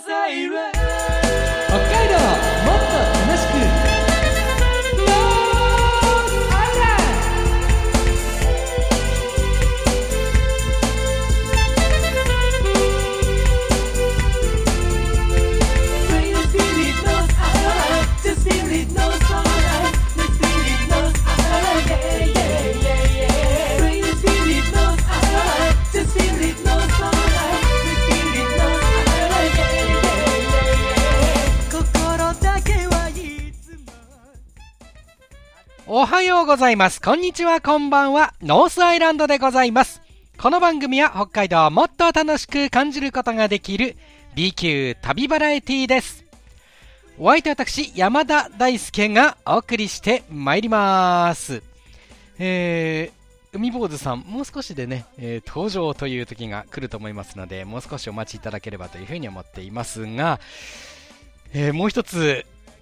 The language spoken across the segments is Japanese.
北海道もっと楽しくおはようございます。こんにちは、こんばんは。ノースアイランドでございます。この番組は北海道をもっと楽しく感じることができる B 級旅バラエティです。お相手は私、山田大輔がお送りしてまいります。海坊主さん、もう少しでね、登場という時が来ると思いますので、もう少しお待ちいただければというふうに思っていますが、もう一つ、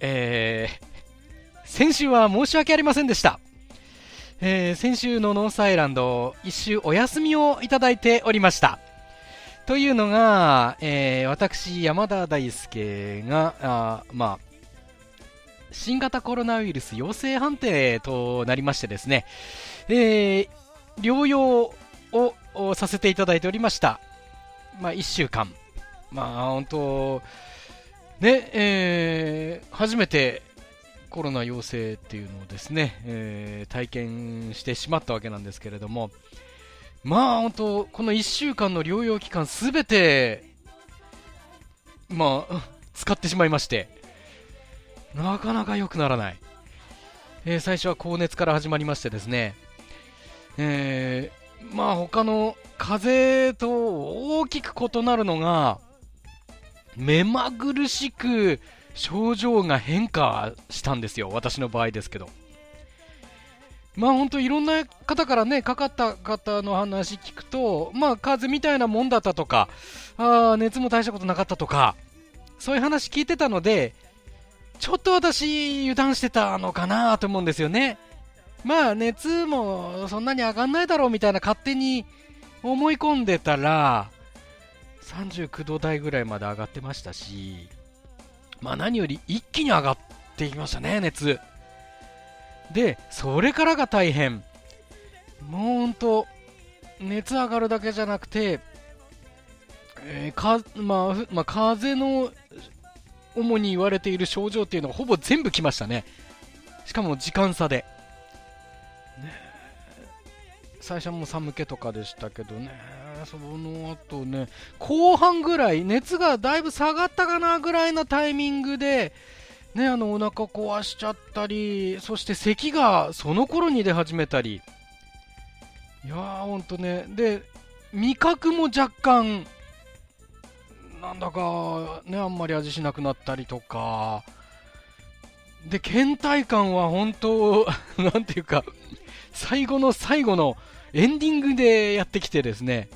先週は申し訳ありませんでした。先週のノースアイランド一週お休みをいただいておりました。というのが、私山田大輔が新型コロナウイルス陽性判定となりましてですね、療養をさせていただいておりました。1週間本当ね、初めてコロナ陽性っていうのをですね、体験してしまったわけなんですけれども、本当この1週間の療養期間すべて使ってしまいまして、なかなか良くならない。最初は高熱から始まりましてですね、他の風邪と大きく異なるのが目まぐるしく症状が変化したんですよ。私の場合ですけど、本当いろんな方からね、かかった方の話聞くと、風邪みたいなもんだったとか、熱も大したことなかったとか、そういう話聞いてたので、ちょっと私油断してたのかなと思うんですよね。熱もそんなに上がんないだろうみたいな勝手に思い込んでたら、39度台ぐらいまで上がってましたし、何より一気に上がっていきましたね、熱で。それからが大変。もうほんと熱上がるだけじゃなくて、風邪の主に言われている症状っていうのがほぼ全部来ましたね。しかも時間差で、最初はもう寒気とかでしたけどね、その後ね、後半ぐらい熱がだいぶ下がったかなぐらいのタイミングでね、お腹壊しちゃったり、そして咳がその頃に出始めたり、いやーほんとね。で、味覚も若干なんだかね、あんまり味しなくなったりとかで、倦怠感は本当なんていうか、最後の最後のエンディングでやってきてですね。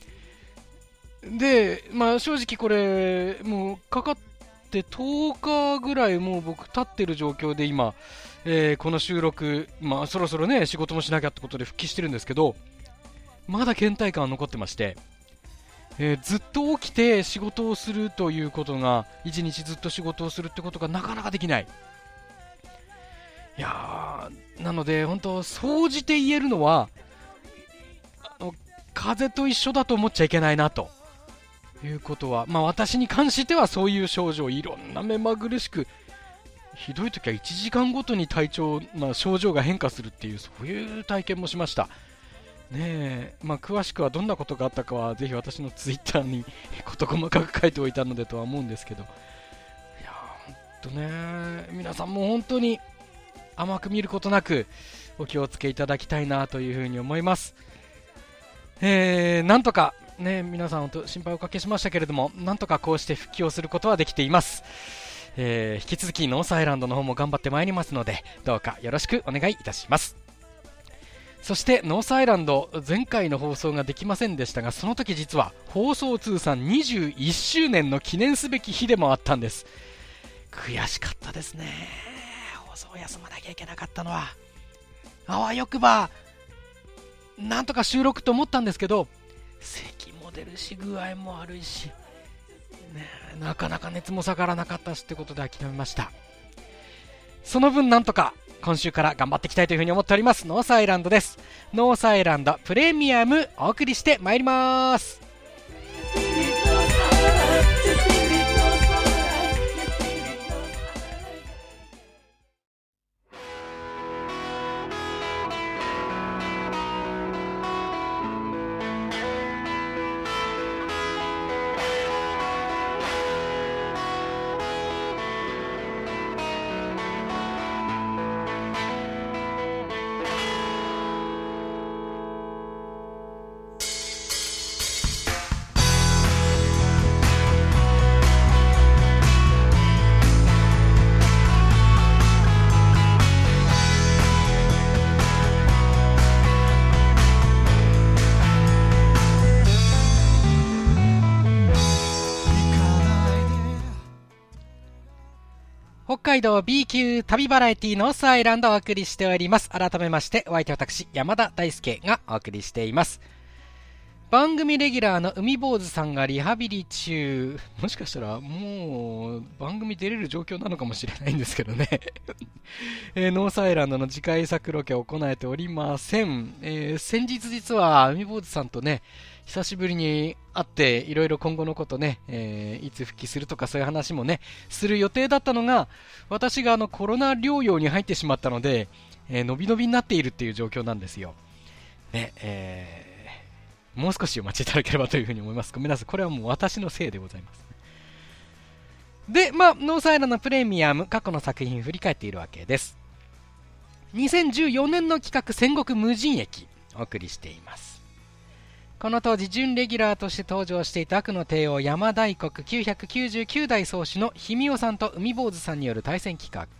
で、正直これもうかかって10日ぐらいもう僕経ってる状況で今、この収録、そろそろね仕事もしなきゃってことで復帰してるんですけど、まだ倦怠感は残ってまして、ずっと起きて仕事をするということが、一日ずっと仕事をするってことがなかなかできない。いやー、なので本当総じて言えるのは、風邪と一緒だと思っちゃいけないなということは、私に関してはそういう症状、いろんな目まぐるしく、ひどい時は1時間ごとに症状が変化するっていう、そういう体験もしましたね。詳しくはどんなことがあったかはぜひ私のツイッターに事細かく書いておいたのでとは思うんですけど、いやーほんとね、皆さんも本当に甘く見ることなくお気をつけいただきたいなというふうに思います。なんとかね、皆さんと心配をおかけしましたけれども、なんとかこうして復帰をすることはできています。引き続きノースアイランドの方も頑張ってまいりますので、どうかよろしくお願いいたします。そしてノースアイランド、前回の放送ができませんでしたが、その時実は放送通算21周年の記念すべき日でもあったんです。悔しかったですね。放送を休まなきゃいけなかったのは、あわよくばなんとか収録と思ったんですけど、咳も出るし具合も悪いし、 なかなか熱も下がらなかったしってことで諦めました。その分なんとか今週から頑張っていきたいというふうに思っております。ノースアイランドです。ノースアイランドプレミアムお送りしてまいります。北海道 B 級旅バラエティノースアイランドをお送りしております。改めましてお相手は私山田大輔がお送りしています。番組レギュラーの海坊主さんがリハビリ中、もしかしたらもう番組出れる状況なのかもしれないんですけどねノースアイランドの次回作ロケを行えておりません。先日実は海坊主さんとね久しぶりに会っていろいろ今後のことね、いつ復帰するとかそういう話もねする予定だったのが、私がコロナ療養に入ってしまったので、伸び伸びになっているっていう状況なんですよ、ね。もう少しお待ちいただければというふうに思います。ごめんなさい、これはもう私のせいでございます。で、ノースアイランドのプレミアム過去の作品振り返っているわけです。2014年の企画戦国無人駅お送りしています。この当時準レギュラーとして登場していた悪の帝王山大国999代宗主の氷見尾さんと海坊主さんによる対戦企画、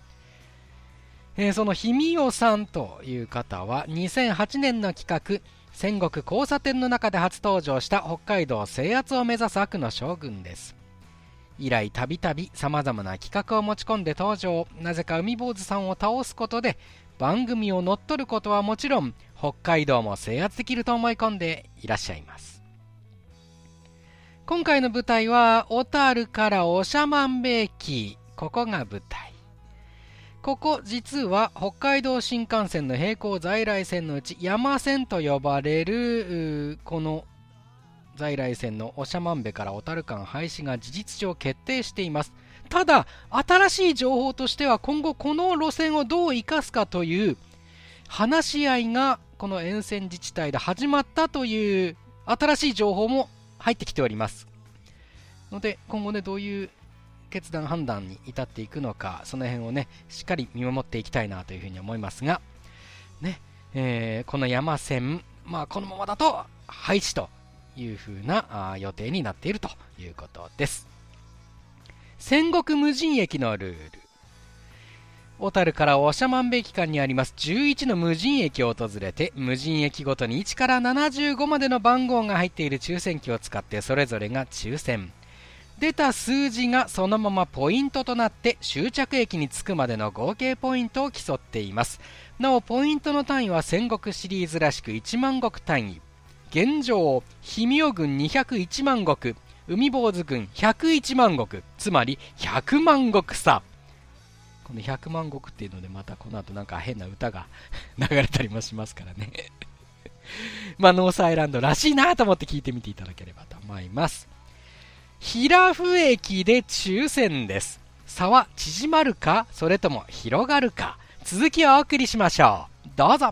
その氷見尾さんという方は2008年の企画戦国交差点の中で初登場した北海道制圧を目指す悪の将軍です。以来たびたびさまざまな企画を持ち込んで登場。なぜか海坊主さんを倒すことで番組を乗っ取ることはもちろん北海道も制圧できると思い込んでいらっしゃいます。今回の舞台は小樽から長万部駅、ここが舞台。ここ実は北海道新幹線の並行在来線のうち山線と呼ばれるこの在来線の長万部から小樽間廃止が事実上決定しています。ただ新しい情報としては今後この路線をどう生かすかという話し合いがこの沿線自治体で始まったという新しい情報も入ってきておりますので、今後ねどういう決断判断に至っていくのか、その辺をねしっかり見守っていきたいなというふうに思いますがね、この山線、このままだと廃止というふうな予定になっているということです。戦国無人駅のルール、小樽から長万部駅間にあります11の無人駅を訪れて、無人駅ごとに1から75までの番号が入っている抽選機を使ってそれぞれが抽選、出た数字がそのままポイントとなって終着駅に着くまでの合計ポイントを競っています。なおポイントの単位は戦国シリーズらしく1万石単位。現状氷見尾軍201万石、海坊主軍101万石、つまり100万石差。この100万石っていうのでまたこの後なんか変な歌が流れたりもしますからねノースアイランドらしいなと思って聞いてみていただければと思います。平布駅で抽選です。差は縮まるかそれとも広がるか、続きをお送りしましょう。どうぞ。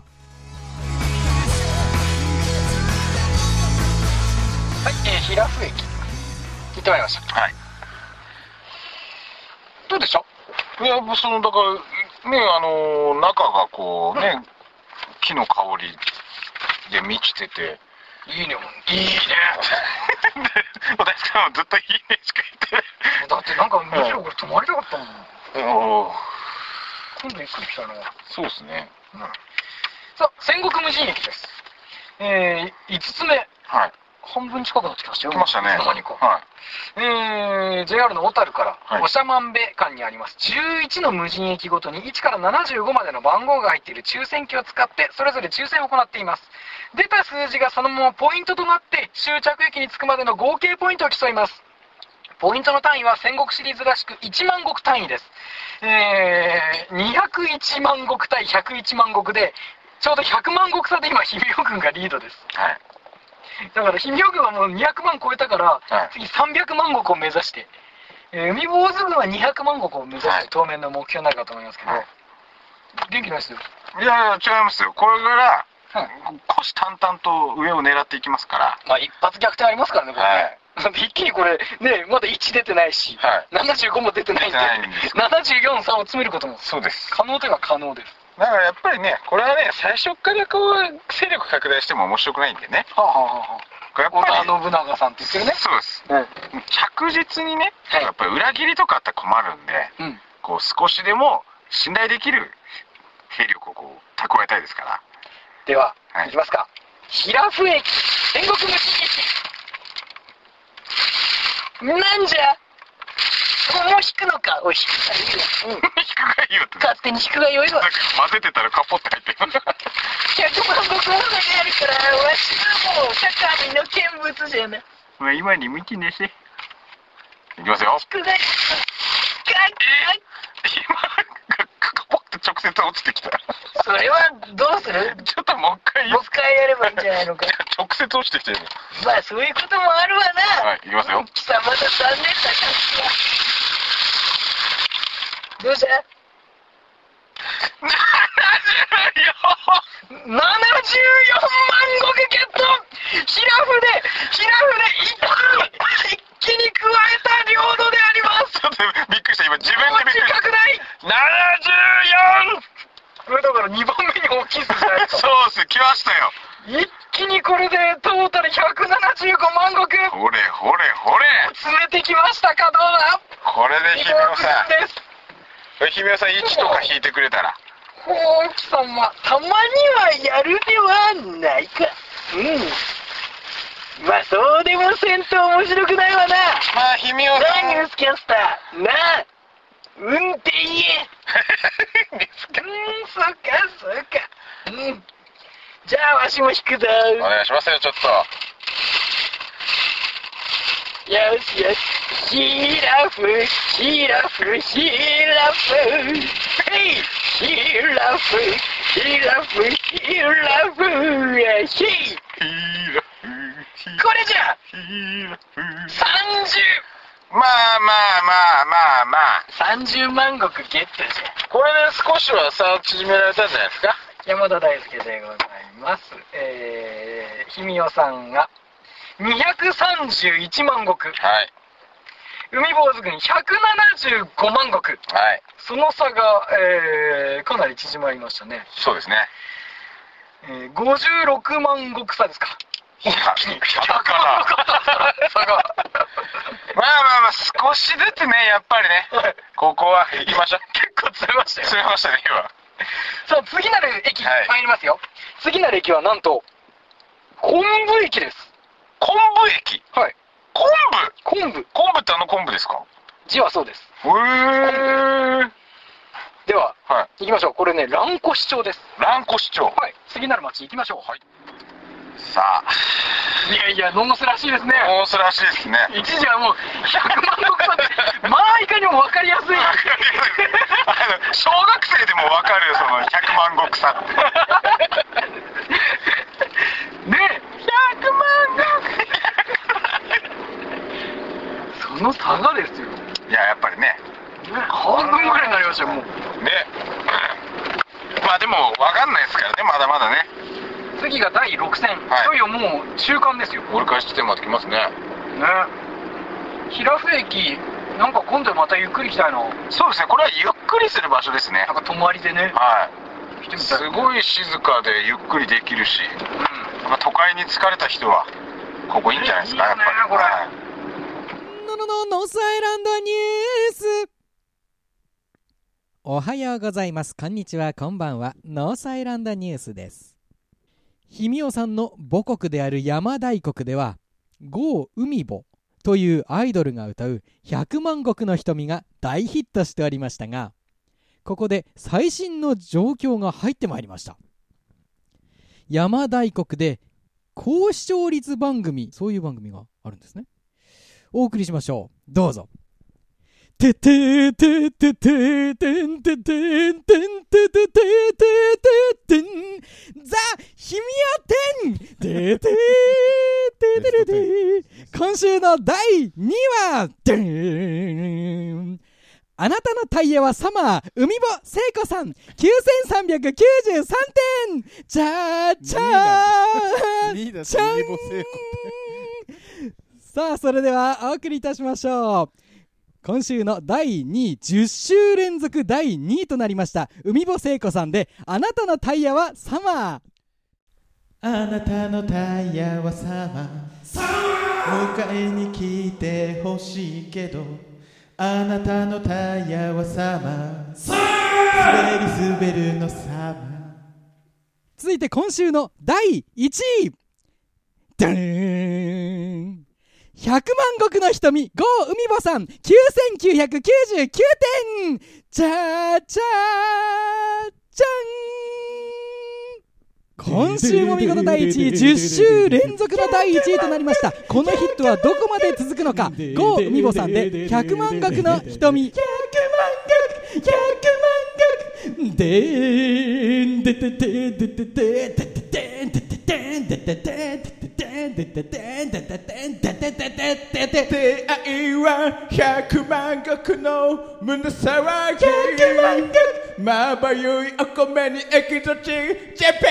はい、平布駅行ってまいりました。はい、どうでしょう。 いや、そのだからね、中がこうね、木の香りで満ちてていいね、 いいね私からもずっといいねしか言ってだってなんかむしろこれ泊まりたかったもん。今度ゆっくり来たな。 そうですね、 さあ戦国無人駅です。5つ目、 はい、 半分近くなってきましたよ。 来ましたね。 はい。JR の小樽から長万部間にあります11の無人駅ごとに1から75までの番号が入っている抽選機を使ってそれぞれ抽選を行っています。出た数字がそのままポイントとなって終着駅に着くまでの合計ポイントを競います。 ポイントの単位は戦国シリーズらしく1万石単位です。201万石対101万石で、ちょうど100万石差で今、氷見尾軍がリードです。 はい。 だから氷見尾軍はもう200万超えたから、次300万石を目指して、海坊主軍は200万石を目指して当面の目標になるかと思いますけど、元気ないですよ。 いやいや、違いますよ。これから、虎視眈々と上を狙っていきますから。 まあ一発逆転ありますからね、これね。一気にこれ、ね、まだ1出てないし、75も出てないんで、74、3を詰めることもそうです。 可能といえば可能です。 だからやっぱりね、これはね、最初からこう、勢力拡大しても面白くないんでね。 やっぱり織田信長さんって言ってるね。 そうです。着実にね、やっぱり裏切りとかあったら困るんで、こう少しでも信頼できる兵力をこう蓄えたいですから。 では、いきますか。平布駅、戦国無人駅。なんじゃ、もう引くのか。おい、引くがいいわ。 引くがいいわって。 勝手に引くがよいわ。 なんか混ぜてたらカポって入ってる。 100万石の中にあるから、わしはもう高みの見物じゃな。 まあ今に向きねせ。いきますよ。 引くがいい。 今、カポって直接落ちてきた。 それはどうする？ ちょっともう一回いいですか？ もう一回やればいいんじゃないのか。 直接落ちてきてる。 まあそういうこともあるわな。 はい、いきますよ。 貴様だ残念だかどうした？ 74 万石ゲット。平船一気に加えた領土であります。 ちょっとびっくりした。今自分でびっくりした。 拡大 74！ これだから2番目に大きい数じゃないですか。 そうっす、来ましたよ。 一気にこれでトータル175万石。 ほれほれほれ。 詰めてきましたか、どうだ。 これで姫尾さん。姫尾さん1とか引いてくれたら。 ほう、貴様、たまにはやるではないか。まあそうでもせんと面白くないわな。 まあ姫尾さん。 なあニュースキャスター。なあ。って言え。そうか。じゃあわしも引くぞ。 お願いしますよ、ちょっと。 よし。シラフ。ヘイシラフ。これじゃ30。 まあ 30万石ゲットじゃ。 これで少しは差を縮められたんじゃないですか。 山田大輔でございます。氷見尾さんが231万石。 はい。 海坊主軍175万石。 はい。 その差が、かなり縮まりましたね。 そうですね。 56万石差ですか。 100から差がまあ少しずつね、やっぱりね、ここは行きましょう。 結構釣れましたよ。 釣れましたね、今。 さあ次なる駅入りますよ。次なる駅はなんと昆布駅です。 昆布駅。 はい。昆布ってあの昆布ですか？ 字はそうです。 へー。 では、行きましょう。これね、蘭越町です。 蘭越町。 はい。次なる町行きましょう。はい。 さあ。 いや、ノースらしいですね。 ノースらしいですね。 一時はもう100万石差で、まあいかにも分かりやすい。 小学生でも分かるよ、その100万石差って。 ねえ、100万石。その差がですよ。 いや、やっぱりね。 半分ぐらいになりましたよ、もう。 ね。まあでも分かんないですからね、まだまだね。 次が第6戦、いよいよもう中間ですよ。 折り返し地点まで来ますね。 平布駅、なんか今度またゆっくり来たいな。 そうですね、これはゆっくりする場所ですね。 なんか泊まりでね。 はい。すごい静かでゆっくりできるし、都会に疲れた人はここいいんじゃないですか、やっぱり。 これ。 ノースアイランドニュース。おはようございます。こんにちは、こんばんは。ノースアイランドニュースです。氷見尾さんの母国である邪馬台国では、郷海坊というアイドルが歌う100万石の瞳が大ヒットしておりましたが、ここで最新の状況が入ってまいりました。邪馬台国で高視聴率番組、そういう番組があるんですね。 お送りしましょう。どうぞ。ててててててんててんてんてててててんザ・ひみおてんててててて今週の第2話あなたのタイヤはサマー海坊聖子さん9393点チャーチャーチャンさあそれではお送りいたしましょう。今週の第2位10週連続第2位となりました海坊聖子さんであなたのタイヤはサマー。 あなたのタイヤはサマー迎えに来てほしいけどあなたのタイヤはサマー滑りのサマー。 続いて今週の第1位ダーン100万石の瞳ゴー海坊さん9999点チャーチャーチャン今週も見事第1位10週連続の第1位となりました。このヒットはどこまで続くのか。ゴー海坊さんで100万石の瞳100万石でーんでててててててててててててて出会いは100万石の胸騒ぎまばゆいお米にエキゾチックジャパ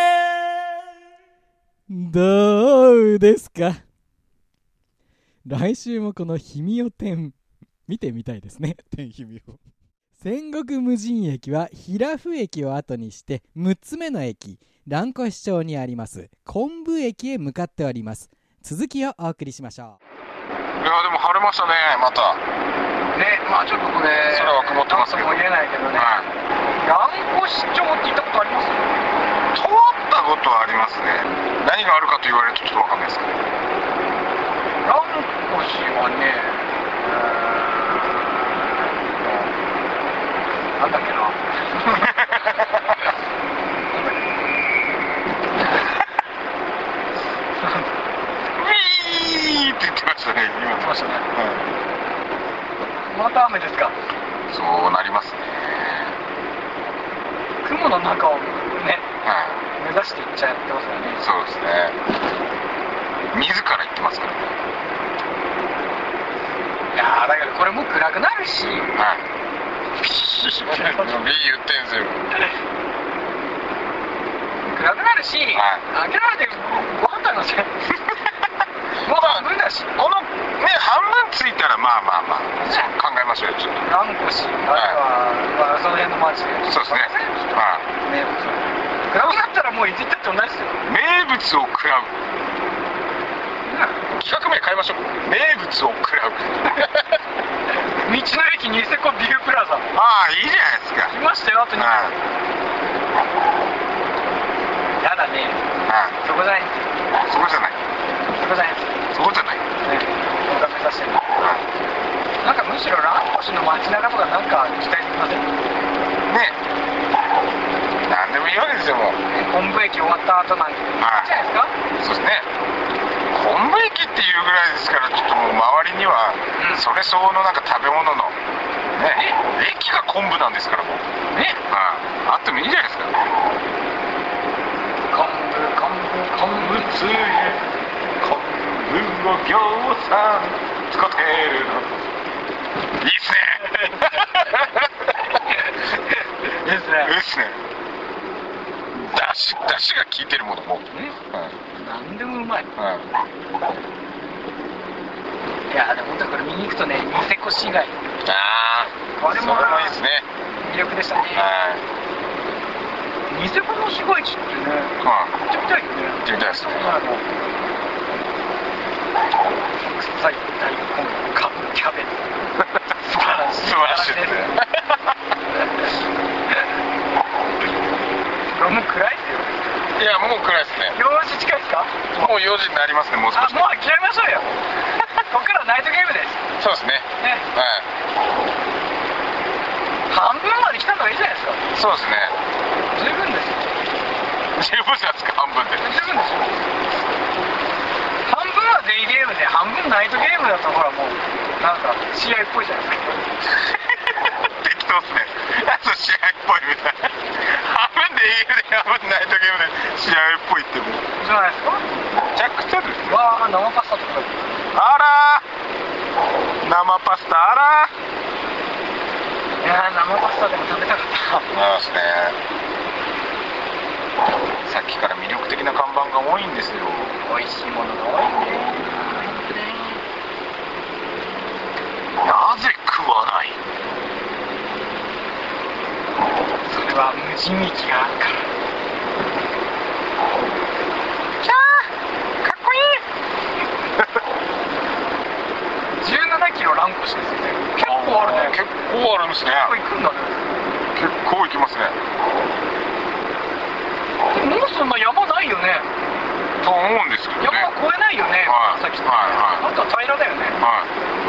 ン。 どうですか。来週もこのひみお店見てみたいですね。 天ひみお戦国無人駅は平府駅を後にして6つ目の駅蘭越町にあります昆布駅へ向かっております。続きをお送りしましょう。いやでも晴れましたね。またね、まあちょっとこれ空は曇ってますけども言えないけどね、蘭越町って言ったことあります？ 通ったことはありますね。何があるかと言われるとちょっと分かんないですけど蘭越はねなんだっけなって言ってましたね。今言ってましたね。 また雨ですか。 そうなりますね。 雲の中をね、目指していっちゃってますよね。 そうですね。自ら言ってますからね。 いやだけどこれもう暗くなるし、 ビー言ってんすよ。 暗くなるし、開けられてご飯食べますよ。もう半分だし、 このね半分ついたらまあ考えましょうよ。ちょっと蘭越あるいはその辺の町でそうですね。 名物暗くなったらもういつ行ったって同じですよ。 名物を食らう企画名変えましょう。名物を食らう道の駅ニセコビュープラザ。 ああいいじゃないですか。 来ましたよ。あと2分。やだね。そこじゃない。 そこじゃない。 そこじゃない。 そこじゃない。 ね、そこが目指してる。なんかむしろ蘭越の街中とかなんか期待できません？ ね。なんでもいいわけですよもう。 昆布駅終わった後なんていいじゃないですか。 そうですね。昆布駅っていうぐらいですからちょっともう周りにはそれ相応のなんか食べ物のね駅が昆布なんですからもうねあってもいいじゃないですか。 昆布つゆ昆布をぎょうさん使ってるのいいっすねいいっすね。 いいっすね。だしが効いてるものもなんでもうまい。いやでも本当にこれ見に行くとねニセコ市街これもいいですね。 魅力でしたね。ニセコの市街地ってね行ってみたいよね。 行ってみたいですね。 臭い大根かぶキャベツ素晴らしいですね。これもう暗いですよ。 いやもう暗いですね。 4時近いですか？ もう4時になりますね。もう少し。 もう諦めましょうよ。ここからナイトゲームです。 そうですね。 半分まで来たのがいいじゃないですか。 そうですね。 十分ですよ。 十分なんですか？半分で。 十分ですよ。半分はデーゲームで半分ナイトゲームだとほらもうなんか試合っぽいじゃないですか。 適当っすね。そう試合っぽいみたいな。半分でゲームで半分ナイトゲームで試合っぽいってもうじゃないですか。 めちゃくちゃですね。 わあ生パスタとか。 あらー生パスタあらいやー生パスタでも食べたかった。 そうですね。さっきから魅力的な看板が多いんですよ。 美味しいものが多いね。 なぜ食わない？ それは無人駅があるから。 キャーかっこいい 17キロランコシですよね。結構あるね。 結構あるんですね。 結構行くんだね。 結構行きますね。 もうそんな山ないよね。 と思うんですけどね。 山は越えないよね。 はいさっきはいはいあとは平らだよね。 はい。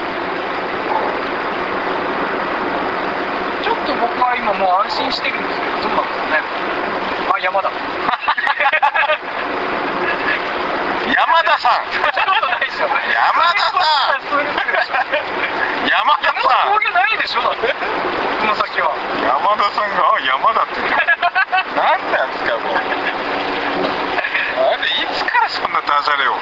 ちょっと僕は今もう安心してるんですけど、どうなんですかね。あ、山だ。 山田さん。 ちょっとないでしょ。 山田さん。山田さん。 峠ないでしょだって。この先は。 山田さんが山だって言って何なんですかもう。あれいつからそんなダジャレを。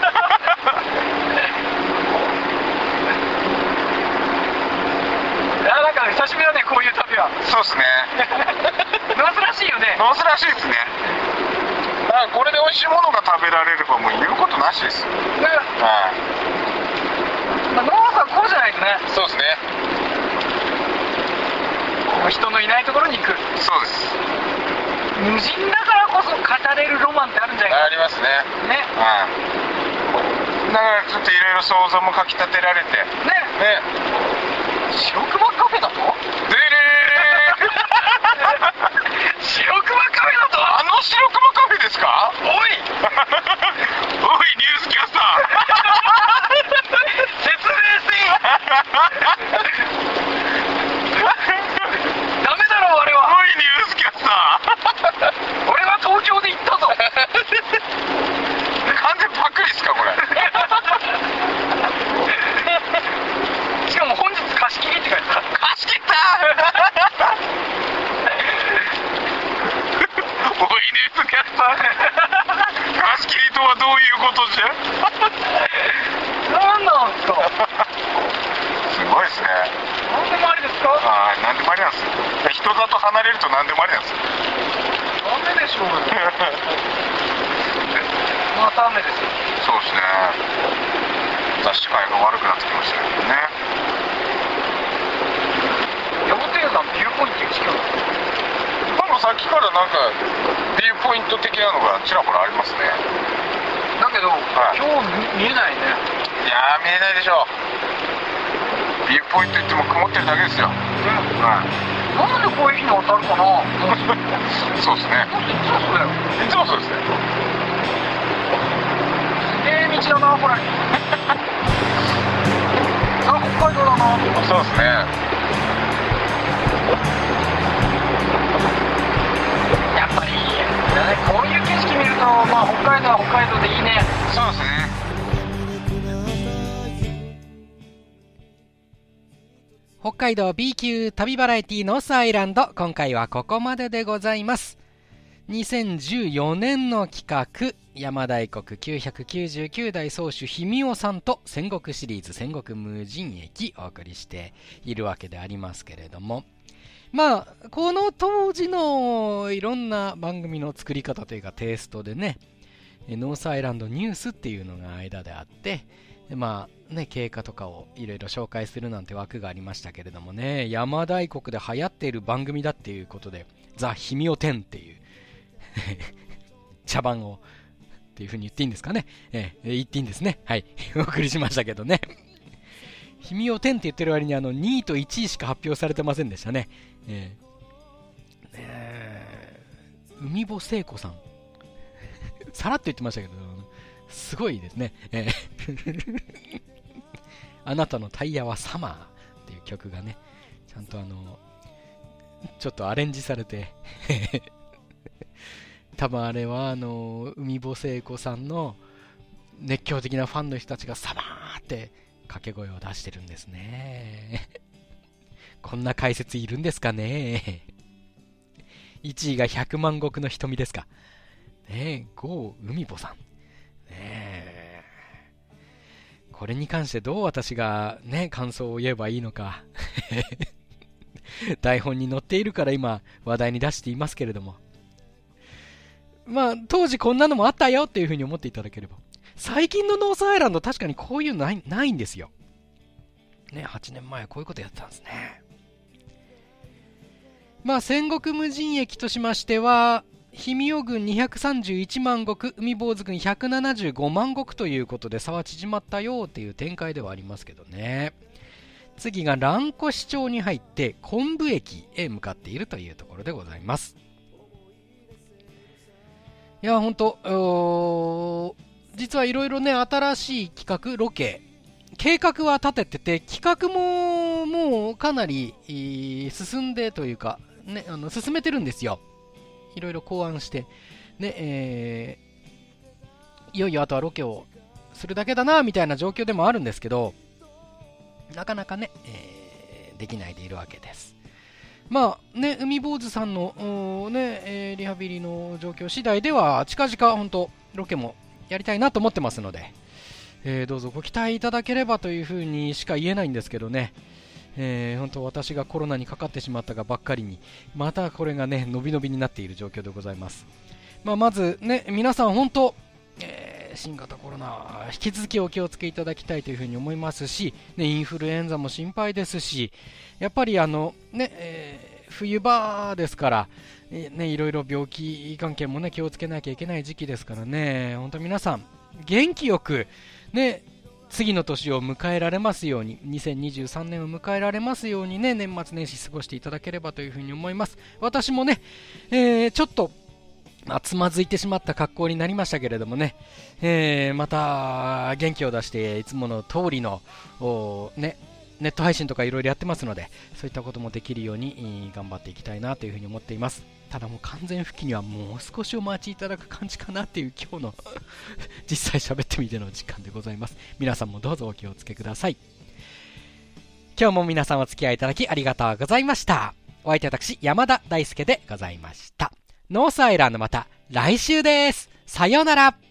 いや、なんか久しぶりだね、こういう旅は。 そうですね。 ノースらしいよね。 ノースらしいですね。これで美味しいものが食べられればもう言うことなしです。 ね、 はい。 まあ、ノースはこうじゃないとね。 そうですね。 人のいないところに行く。 そうです。 無人だからこそ語れるロマンってあるんじゃないありますね。 かね。 だからちょっといろいろ想像もかきたてられて。 ね。 ね。 白熊カフェだと？ でれー。 白熊カフェだと？ あの白熊カフェですか？ おい。 おいニュースキャスター。 説明せん。ダメだろ俺は。 おいニュースキャスター。 俺は東京で行ったぞ。 完全パクリですかこれ。 しかも本日貸し切りって書いてある。 貸し切った。おいニュースキャスター。貸し切りとはどういうことじゃ。 なんなんすか。 すごいですね。 なんでもありですか。 ああ、なんでもありなんですよ。人里離れるとなんでもありなんですよ。 ダメでしょうよ。また雨ですよ。 そうですね。雑誌界が悪くなってきましたけどね。 山手山ビューポイント1キロ。 なんかさっきからなんかビューポイント的なのがちらほらありますね。 だけど、 い今日見えないね。 いやー見えないでしょう。ビューポイント行っても曇ってるだけですよ。はい。 なんでこういう日に当たるかな。 そうですね。 いつもそうだよ。 いつもそうですね。 道だなこれ。さあ北海道だな。 そうですね。 やっぱりいいだね。こういう景色見ると、まあ北海道は北海道でいいね。 そうですね。 北海道 B 級旅バラエティノースアイランド、今回はここまででございます。2014年の企画、邪馬台国999代宗主氷見尾さんと戦国シリーズ戦国無人駅お送りしているわけでありますけれども、まあこの当時のいろんな番組の作り方というかテイストでね、ノースアイランドニュースっていうのが間であって、まあね、経過とかをいろいろ紹介するなんて枠がありましたけれどもね、邪馬台国で流行っている番組だっていうことでザ・氷見尾10っていう茶番をっていう風に言っていいんですかね、言っていいんですね。はいお送りしましたけどね。氷見尾10って言ってる割に2位と1位しか発表されてませんでしたね。海保聖子さんさらっと言ってましたけどすごいですね。あなたのタイヤはサマーっていう曲がね、ちゃんとちょっとアレンジされて多分あれは海保聖子さんの熱狂的なファンの人たちがサマーって掛け声を出してるんですね。こんな解説いるんですかね。1位が100万石の瞳ですか。ねえ、郷海坊さん。ねえ。これに関してどう私がね、感想を言えばいいのか。台本に載っているから今話題に出していますけれども。まあ、当時こんなのもあったよっていうふうに思っていただければ。最近のノースアイランド確かにこういうのないんですよ。ね、8年前はこういうことやってたんですね。まあ、戦国無人駅としましては、氷見尾軍231万石、海坊主軍175万石ということで差は縮まったよっていう展開ではありますけどね。次が蘭越町に入って昆布駅へ向かっているというところでございます。いや、ほんと、実はいろいろね、新しい企画、ロケ、計画は立ててて、企画ももうかなり進んでというか、ね、進めてるんですよ。いろいろ考案して、ね、いよいよあとはロケをするだけだなみたいな状況でもあるんですけど、なかなかね、できないでいるわけです。まあね、海坊主さんの、リハビリの状況次第では近々本当ロケもやりたいなと思ってますので、どうぞご期待いただければというふうにしか言えないんですけどね。本当私がコロナにかかってしまったがばっかりにまたこれがね伸び伸びになっている状況でございます。まずね、皆さん本当、新型コロナ引き続きお気をつけいただきたいというふうに思いますし、ね、インフルエンザも心配ですし、やっぱり冬場ですから、いろいろ病気関係もね気をつけなきゃいけない時期ですからね、本当皆さん元気よくね次の年を迎えられますように、2023年を迎えられますようにね、年末年始過ごしていただければというふうに思います。私もね、ちょっとつまずいてしまった格好になりましたけれどもね、また元気を出していつもの通りのネット配信とかいろいろやってますので、そういったこともできるように頑張っていきたいなというふうに思っています。ただもう完全復帰にはもう少しお待ちいただく感じかなっていう今日の実際喋ってみての時間でございます。皆さんもどうぞお気をつけください。今日も皆さんお付き合いいただきありがとうございました。お相手は私山田大輔でございました。ノースアイランドまた来週です。さようなら。